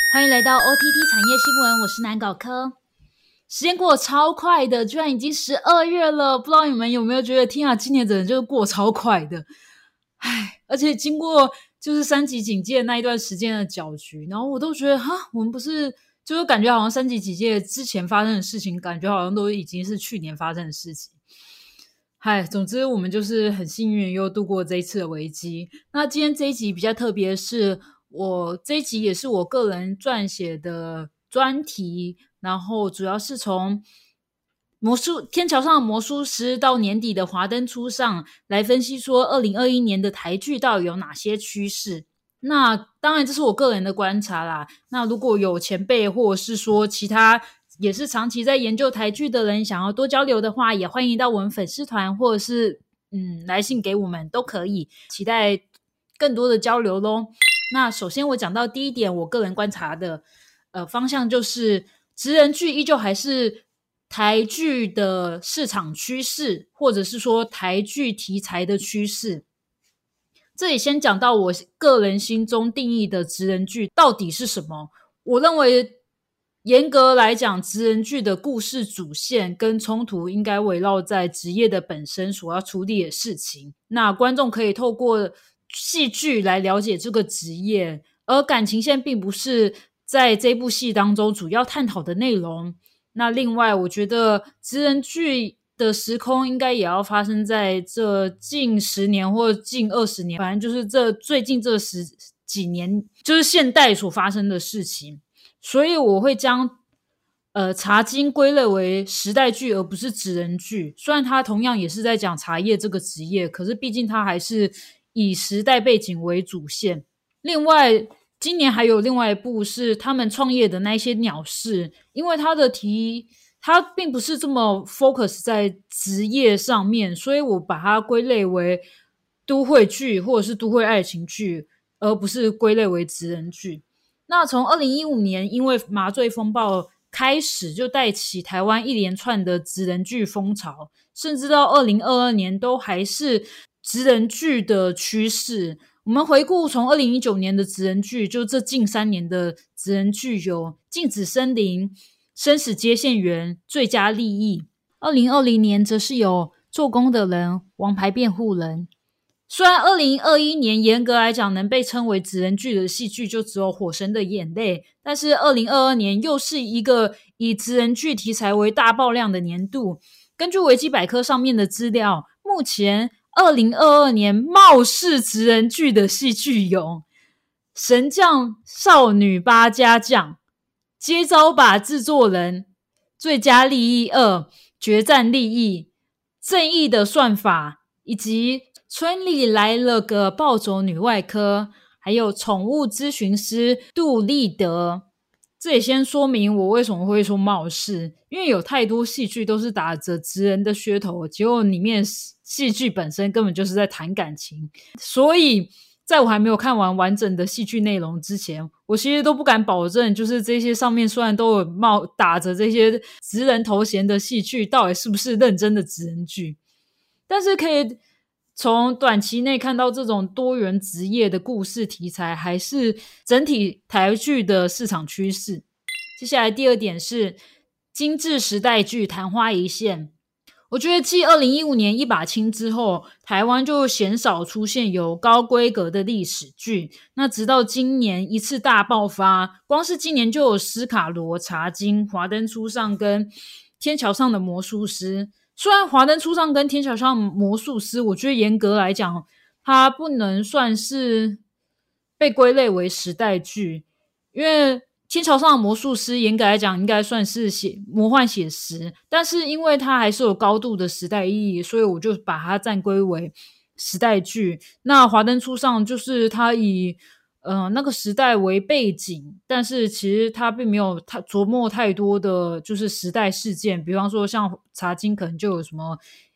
欢迎来到 OTT 产业新闻，我是南搞科。时间过得超快的，居然已经12月了，不知道你们有没有觉得天啊，今年真的就是过超快的。而且经过就是3级警戒那一段时间的搅局，然后我都觉得我们不是就是感觉好像3级警戒之前发生的事情，感觉好像都已经是去年发生的事情。总之我们就是很幸运又度过这一次的危机。那今天这一集比较特别的是，我这一集也是我个人撰写的专题，然后主要是从天桥上的魔术师到年底的华灯初上来分析说2021年的台剧到底有哪些趋势。那当然这是我个人的观察啦，那如果有前辈或者是说其他也是长期在研究台剧的人想要多交流的话，也欢迎到我们粉丝团或者是来信给我们都可以，期待更多的交流咯。那首先我讲到第一点，我个人观察的方向就是职人剧依旧还是台剧的市场趋势，或者是说台剧题材的趋势。这里先讲到我个人心中定义的职人剧到底是什么。我认为严格来讲，职人剧的故事主线跟冲突应该围绕在职业的本身所要处理的事情，那观众可以透过戏剧来了解这个职业，而感情线并不是在这部戏当中主要探讨的内容。那另外我觉得职人剧的时空应该也要发生在这近10年或近20年，反正就是最近这10几年就是现代所发生的事情。所以我会将茶经归类为时代剧而不是职人剧，虽然它同样也是在讲茶叶这个职业，可是毕竟它还是以时代背景为主线。另外今年还有另外一部是他们创业的那些鸟事，因为它并不是这么 focus 在职业上面，所以我把它归类为都会剧或者是都会爱情剧，而不是归类为职人剧。那从2015年因为麻醉风暴开始，就带起台湾一连串的职人剧风潮，甚至到2022年都还是职人剧的趋势。我们回顾从2019年的职人剧，就这近3年的职人剧有禁止森林、生死接线员、最佳利益。2020年则是有做工的人、王牌辩护人。虽然2021年严格来讲能被称为职人剧的戏剧就只有火神的眼泪，但是2022年又是一个以职人剧题材为大爆量的年度。根据维基百科上面的资料，目前2022年貌似职人剧的戏剧有神将少女八家将、接招吧制作人、最佳利益2、决战利益、正义的算法，以及村里来了个暴走女外科，还有宠物咨询师杜立德。这也先说明我为什么会说貌似，因为有太多戏剧都是打着职人的噱头，结果里面戏剧本身根本就是在谈感情。所以在我还没有看完完整的戏剧内容之前，我其实都不敢保证就是这些上面虽然都有打着这些职人头衔的戏剧到底是不是认真的职人剧，但是可以从短期内看到这种多元职业的故事题材还是整体台剧的市场趋势。接下来第二点是精致时代剧昙花一现。我觉得继2015年一把青之后，台湾就鲜少出现有高规格的历史剧，那直到今年一次大爆发，光是今年就有斯卡罗、茶经、华灯初上跟天桥上的魔术师。虽然华灯初上跟天桥上魔术师我觉得严格来讲它不能算是被归类为时代剧，因为天桥上的魔术师严格来讲应该算是魔幻写实，但是因为它还是有高度的时代意义，所以我就把它暂归为时代剧。那华灯初上就是它以那个时代为背景，但是其实它并没有琢磨太多的就是时代事件，比方说像茶经可能就有什么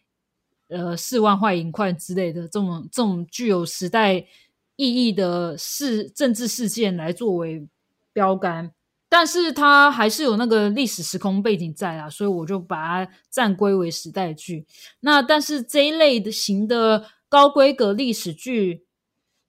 4万坏银块之类的这种具有时代意义的政治事件来作为标杆，但是它还是有那个历史时空背景在啦，所以我就把它暂归为时代剧。那但是这一类型的高规格历史剧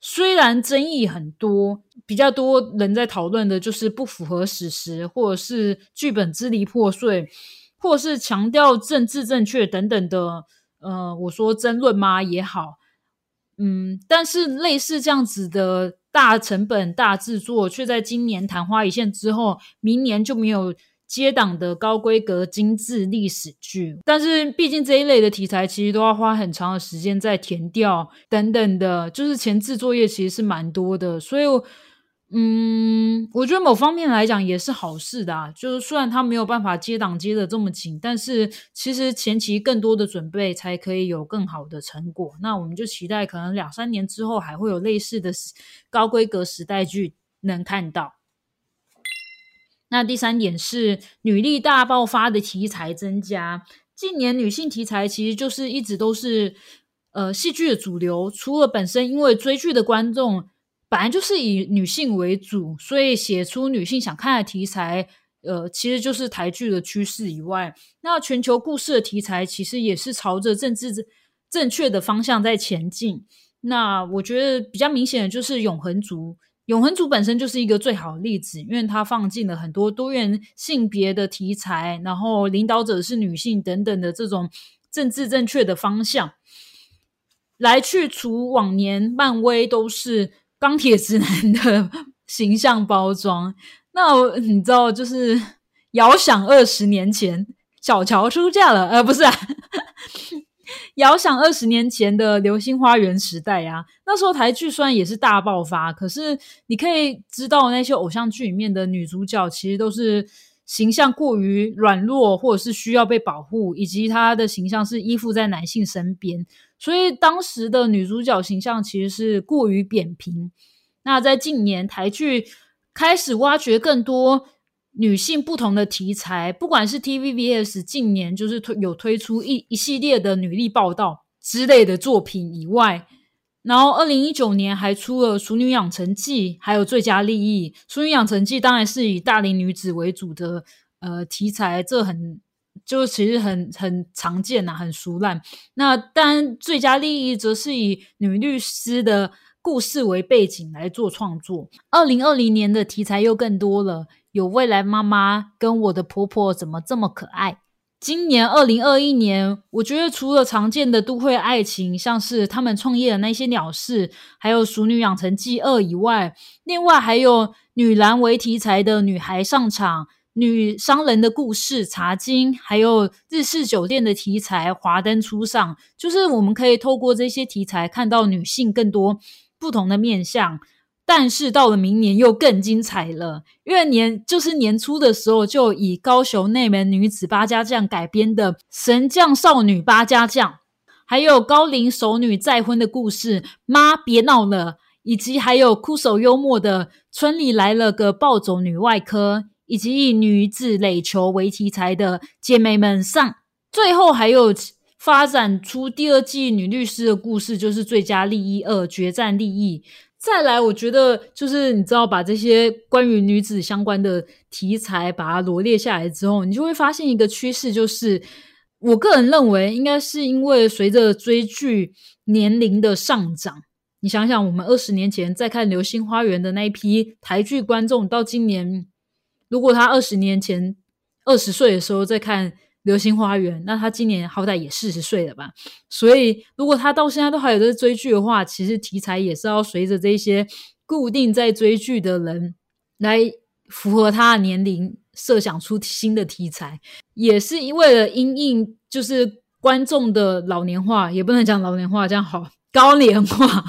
虽然争议很多，比较多人在讨论的就是不符合史实，或者是剧本支离破碎，或者是强调政治正确等等的我说争论吗也好，但是类似这样子的大成本大制作却在今年昙花一现之后，明年就没有接档的高规格精致历史剧。但是毕竟这一类的题材其实都要花很长的时间在填调等等的，就是前置作业其实是蛮多的，所以我觉得某方面来讲也是好事的啊，就是虽然他没有办法接档接得这么紧，但是其实前期更多的准备才可以有更好的成果。那我们就期待可能2-3年之后还会有类似的高规格时代剧能看到。那第3点是女力大爆发的题材增加。近年女性题材其实就是一直都是戏剧的主流，除了本身因为追剧的观众本来就是以女性为主，所以写出女性想看的题材其实就是台剧的趋势以外，那全球故事的题材其实也是朝着政治正确的方向在前进。那我觉得比较明显的就是永恒族本身就是一个最好的例子，因为它放进了很多多元性别的题材，然后领导者是女性等等的这种政治正确的方向，来去除往年漫威都是钢铁直男的形象包装。那你知道就是遥想20年前小乔出嫁了不是啊遥想20年前的流星花园时代啊，那时候台剧虽然也是大爆发，可是你可以知道那些偶像剧里面的女主角其实都是形象过于软弱，或者是需要被保护，以及她的形象是依附在男性身边，所以当时的女主角形象其实是过于扁平。那在近年台剧开始挖掘更多女性不同的题材，不管是 TVBS 近年就是有推出一系列的女力报道之类的作品以外，然后2019年还出了《熟女养成记》还有《最佳利益》。《熟女养成记》当然是以大龄女子为主的题材，这就其实很常见很熟烂。那当然《最佳利益》则是以女律师的故事为背景来做创作。2020年的题材又更多了，有未来妈妈跟我的婆婆怎么这么可爱。今年2021年，我觉得除了常见的都会爱情，像是他们创业的那些鸟事，还有《熟女养成记2》以外，另外还有女篮为题材的女孩上场，女商人的故事茶金，还有日式酒店的题材华灯初上，就是我们可以透过这些题材看到女性更多不同的面向。但是到了明年又更精彩了，因为年初的时候就以高雄内门女子八家将改编的神将少女八家将，还有高龄熟女再婚的故事妈别闹了，以及还有哭手幽默的村里来了个暴走女外科，以及以女子垒球为题材的姐妹们上，最后还有发展出第2季女律师的故事，就是最佳利益2决战利益。再来我觉得就是你知道把这些关于女子相关的题材把它罗列下来之后，你就会发现一个趋势，就是我个人认为应该是因为随着追剧年龄的上涨，你想想我们20年前在看流星花园的那一批台剧观众，到今年如果他20年前20岁的时候在看流星花园，那他今年好歹也40岁了吧，所以如果他到现在都还有在追剧的话，其实题材也是要随着这些固定在追剧的人来符合他的年龄设想出新的题材，也是为了因应就是观众的老年化，也不能讲老年化这样好，高年化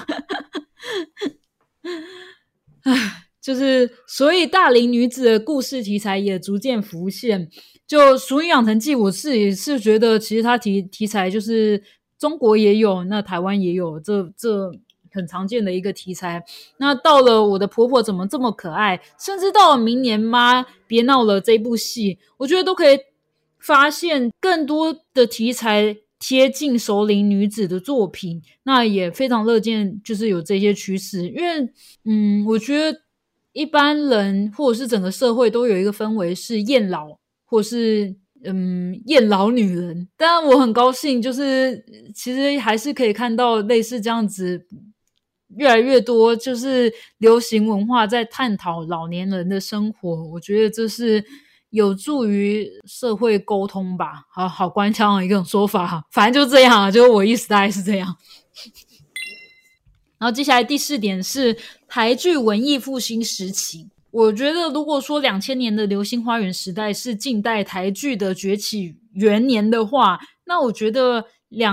就是所以大龄女子的故事题材也逐渐浮现。就《熟女养成记》我也是觉得其实它题材就是中国也有，那台湾也有，这很常见的一个题材。那到了我的婆婆怎么这么可爱，甚至到了明年妈别闹了这部戏，我觉得都可以发现更多的题材贴近熟龄女子的作品，那也非常乐见就是有这些趋势。因为我觉得一般人或者是整个社会都有一个氛围是厌老或是厌老女人，但我很高兴就是其实还是可以看到类似这样子越来越多就是流行文化在探讨老年人的生活，我觉得这是有助于社会沟通吧。好官腔的一种说法，反正就这样就是我意思大概是这样。然后接下来第4点是台剧文艺复兴时期。我觉得如果说2000年的流星花园时代是近代台剧的崛起元年的话，那我觉得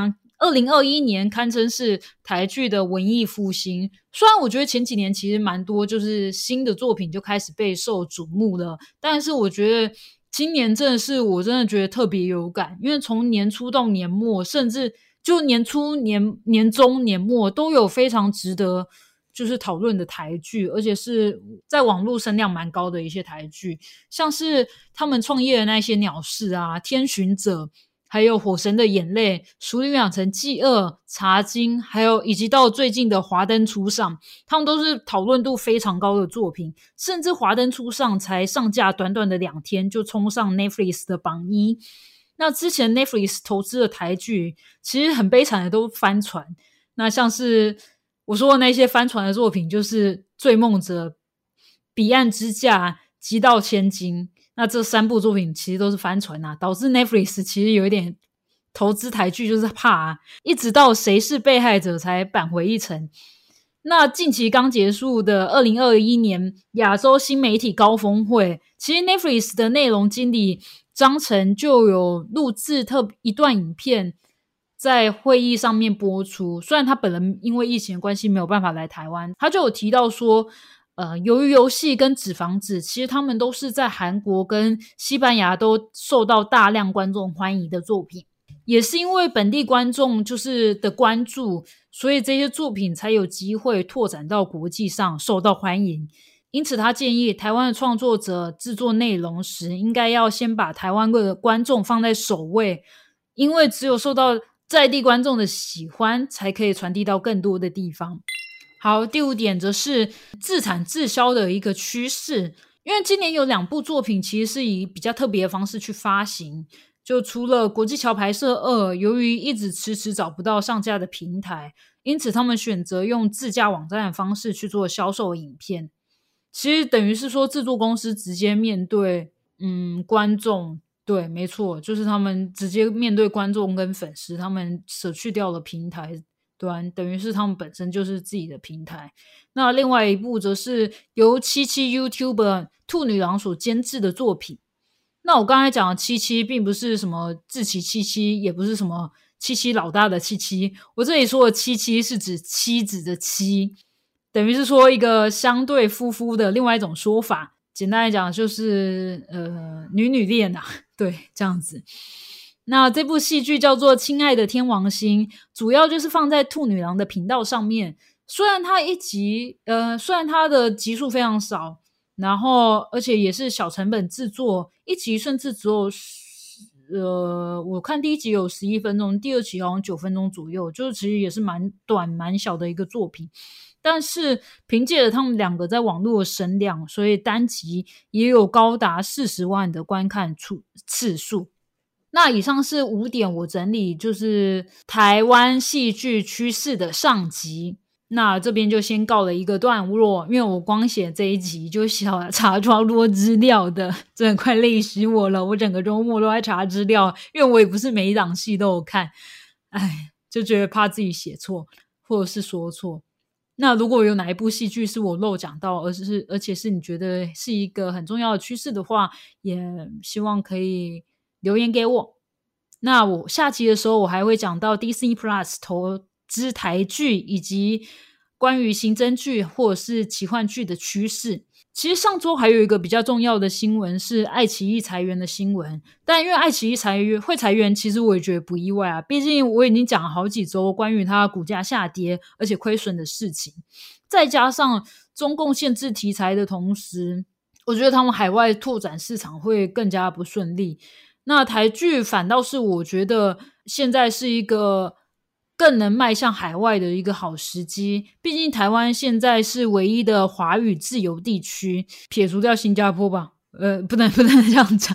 2021年堪称是台剧的文艺复兴。虽然我觉得前几年其实蛮多就是新的作品就开始备受瞩目了，但是我觉得今年真的是我真的觉得特别有感，因为从年初到年末，甚至就年初、年中、年末都有非常值得就是讨论的台剧，而且是在网络声量蛮高的一些台剧，像是他们创业的那些鸟事啊、天巡者，还有火神的眼泪、熟女养成记2、茶金，还有以及到最近的华灯初上，他们都是讨论度非常高的作品，甚至华灯初上才上架短短的2天就冲上 Netflix 的榜1。那之前 Netflix 投资的台剧其实很悲惨的都翻船，那像是我说的那些翻船的作品就是醉梦者、彼岸之嫁、极道千金，那这3部作品其实都是翻船啊，导致 Netflix 其实有一点投资台剧就是怕一直到谁是被害者才扳回一城。那近期刚结束的2021年亚洲新媒体高峰会，其实 Netflix 的内容经理张晨就有录制一段影片在会议上面播出，虽然他本人因为疫情的关系没有办法来台湾，他就有提到说鱿鱼游戏跟纸房子其实他们都是在韩国跟西班牙都受到大量观众欢迎的作品，也是因为本地观众就是的关注，所以这些作品才有机会拓展到国际上受到欢迎。因此他建议台湾的创作者制作内容时应该要先把台湾的观众放在首位，因为只有受到在地观众的喜欢才可以传递到更多的地方。好，第5点则是自产自销的一个趋势，因为今年有2部作品其实是以比较特别的方式去发行，就除了国际桥牌社2由于一直迟迟找不到上架的平台，因此他们选择用自家网站的方式去做销售影片，其实等于是说制作公司直接面对观众，对，没错，就是他们直接面对观众跟粉丝，他们舍去掉了平台端，等于是他们本身就是自己的平台。那另外一部则是由七七 YouTuber 兔女郎所监制的作品。那我刚才讲的七七并不是什么志祺七七，也不是什么七七老大的七七，我这里说的七七是指妻子的妻，等于是说一个相对夫妇的另外一种说法，简单来讲就是女女恋啊，对，这样子。那这部戏剧叫做《亲爱的天王星》，主要就是放在兔女郎的频道上面。虽然它的集数非常少，然后而且也是小成本制作，一集甚至只有我看第1集有11分钟，第2集好像9分钟左右，就是其实也是蛮短蛮小的一个作品。但是凭借着他们2个在网络的声量，所以单集也有高达40万的观看次数。那以上是5点我整理就是台湾戏剧趋势的上集，那这边就先告了一个段落，因为我光写这一集就查超多资料的，真的快累死我了，我整个周末都在查资料，因为我也不是每一档戏都有看，就觉得怕自己写错或者是说错。那如果有哪一部戏剧是我漏讲到，而且是你觉得是一个很重要的趋势的话，也希望可以留言给我。那我下期的时候我还会讲到 Disney Plus 投资台剧以及关于刑侦剧或者是奇幻剧的趋势。其实上周还有一个比较重要的新闻是爱奇艺裁员的新闻，但因为爱奇艺会裁员其实我也觉得不意外啊，毕竟我已经讲了好几周关于它股价下跌而且亏损的事情，再加上中共限制题材的同时，我觉得他们海外拓展市场会更加不顺利。那台剧反倒是我觉得现在是一个更能迈向海外的一个好时机，毕竟台湾现在是唯一的华语自由地区，撇除掉新加坡吧，不能这样讲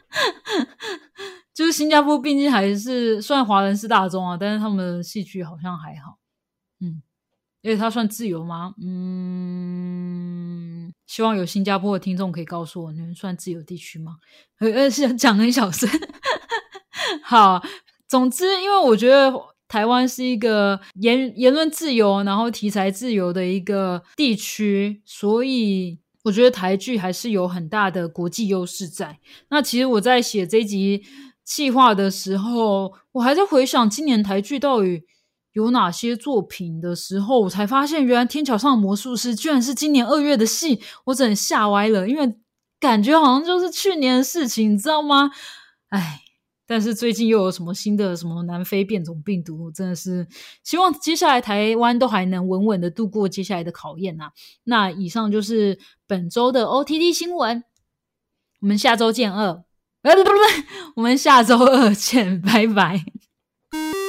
就是新加坡毕竟还是虽然华人是大众啊，但是他们的戏剧好像还好。 因为它算自由吗？希望有新加坡的听众可以告诉我，你们算自由地区吗？是讲很小声。好，总之，因为我觉得台湾是一个言论自由，然后题材自由的一个地区，所以我觉得台剧还是有很大的国际优势在。那其实我在写这一集企划的时候，我还在回想今年台剧到底有哪些作品的时候，我才发现原来《天桥上的魔术师》居然是今年2月的戏，我真的吓歪了，因为感觉好像就是去年的事情，你知道吗？哎，但是最近又有什么新的什么南非变种病毒，我真的是希望接下来台湾都还能稳稳的度过接下来的考验啊。那以上就是本周的 OTT 新闻，我们下周见我们下周2见，拜拜。